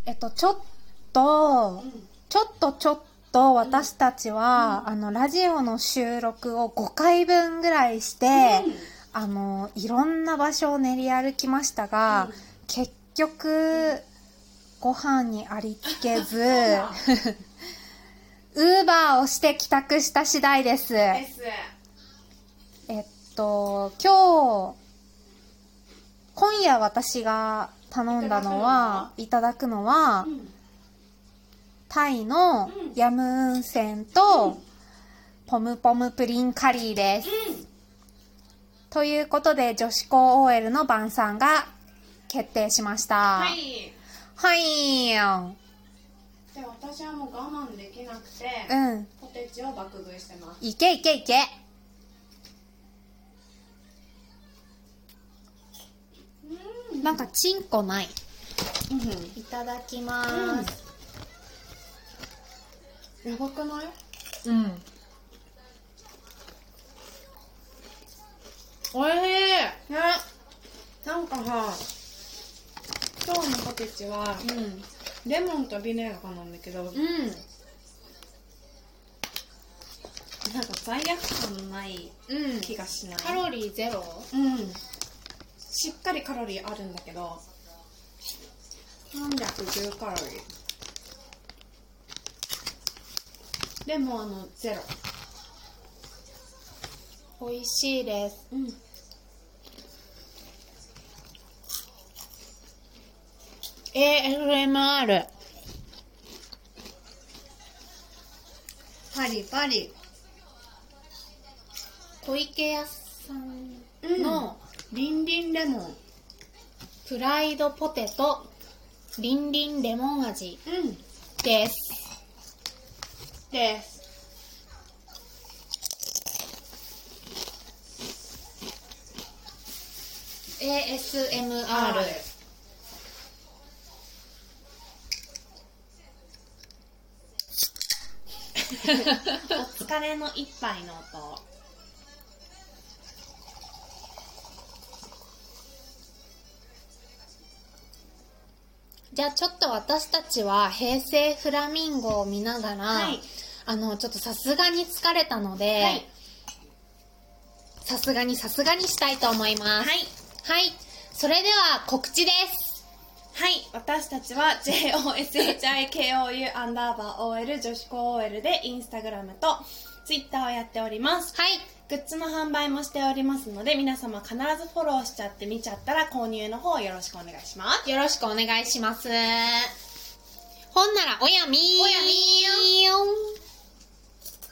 ちょっと私たちは、ラジオの収録を5回分ぐらいして、いろんな場所を練り歩きましたが、結局ご飯にありつけずウーバーをして帰宅した次第です。今夜私が頼んだのは、いただくのは、タイのヤムウンセンとポムポムプリンカリーです。ということで、女子高 OL の晩餐が決定しました。はい。はい。 で、私はもう我慢できなくて、ポテチを爆食いしてます。 いけいけいけ。なんかチンコない。いただきます。 やばくない？おいしい。なんかさ、今日のポテチは、レモンとビネガーなんだけど、なんか罪悪感ない気がしない。 カロリーゼロ？ しっかりカロリーあるんだけど、310カロリー。でもゼロ。 美味しいです。ASMR。 パリパリ。 小池屋さんの、 リンリンレモンフライドポテトリンリンレモン味です。ASMR。 お疲れの一杯の音。 じゃあちょっと私たちは平成フラミンゴを見ながら、ちょっとさすがに疲れたので、さすがにしたいと思います。はい。それでは告知です。 はい。私たちは JOSHIKOU_OL 女子高 OL でインスタグラムとツイッターをやっております。 はい。 グッズの販売もしておりますので、皆様必ずフォローしちゃって見ちゃったら購入の方よろしくお願いします。 よろしくお願いします。ほんならおやみーよ。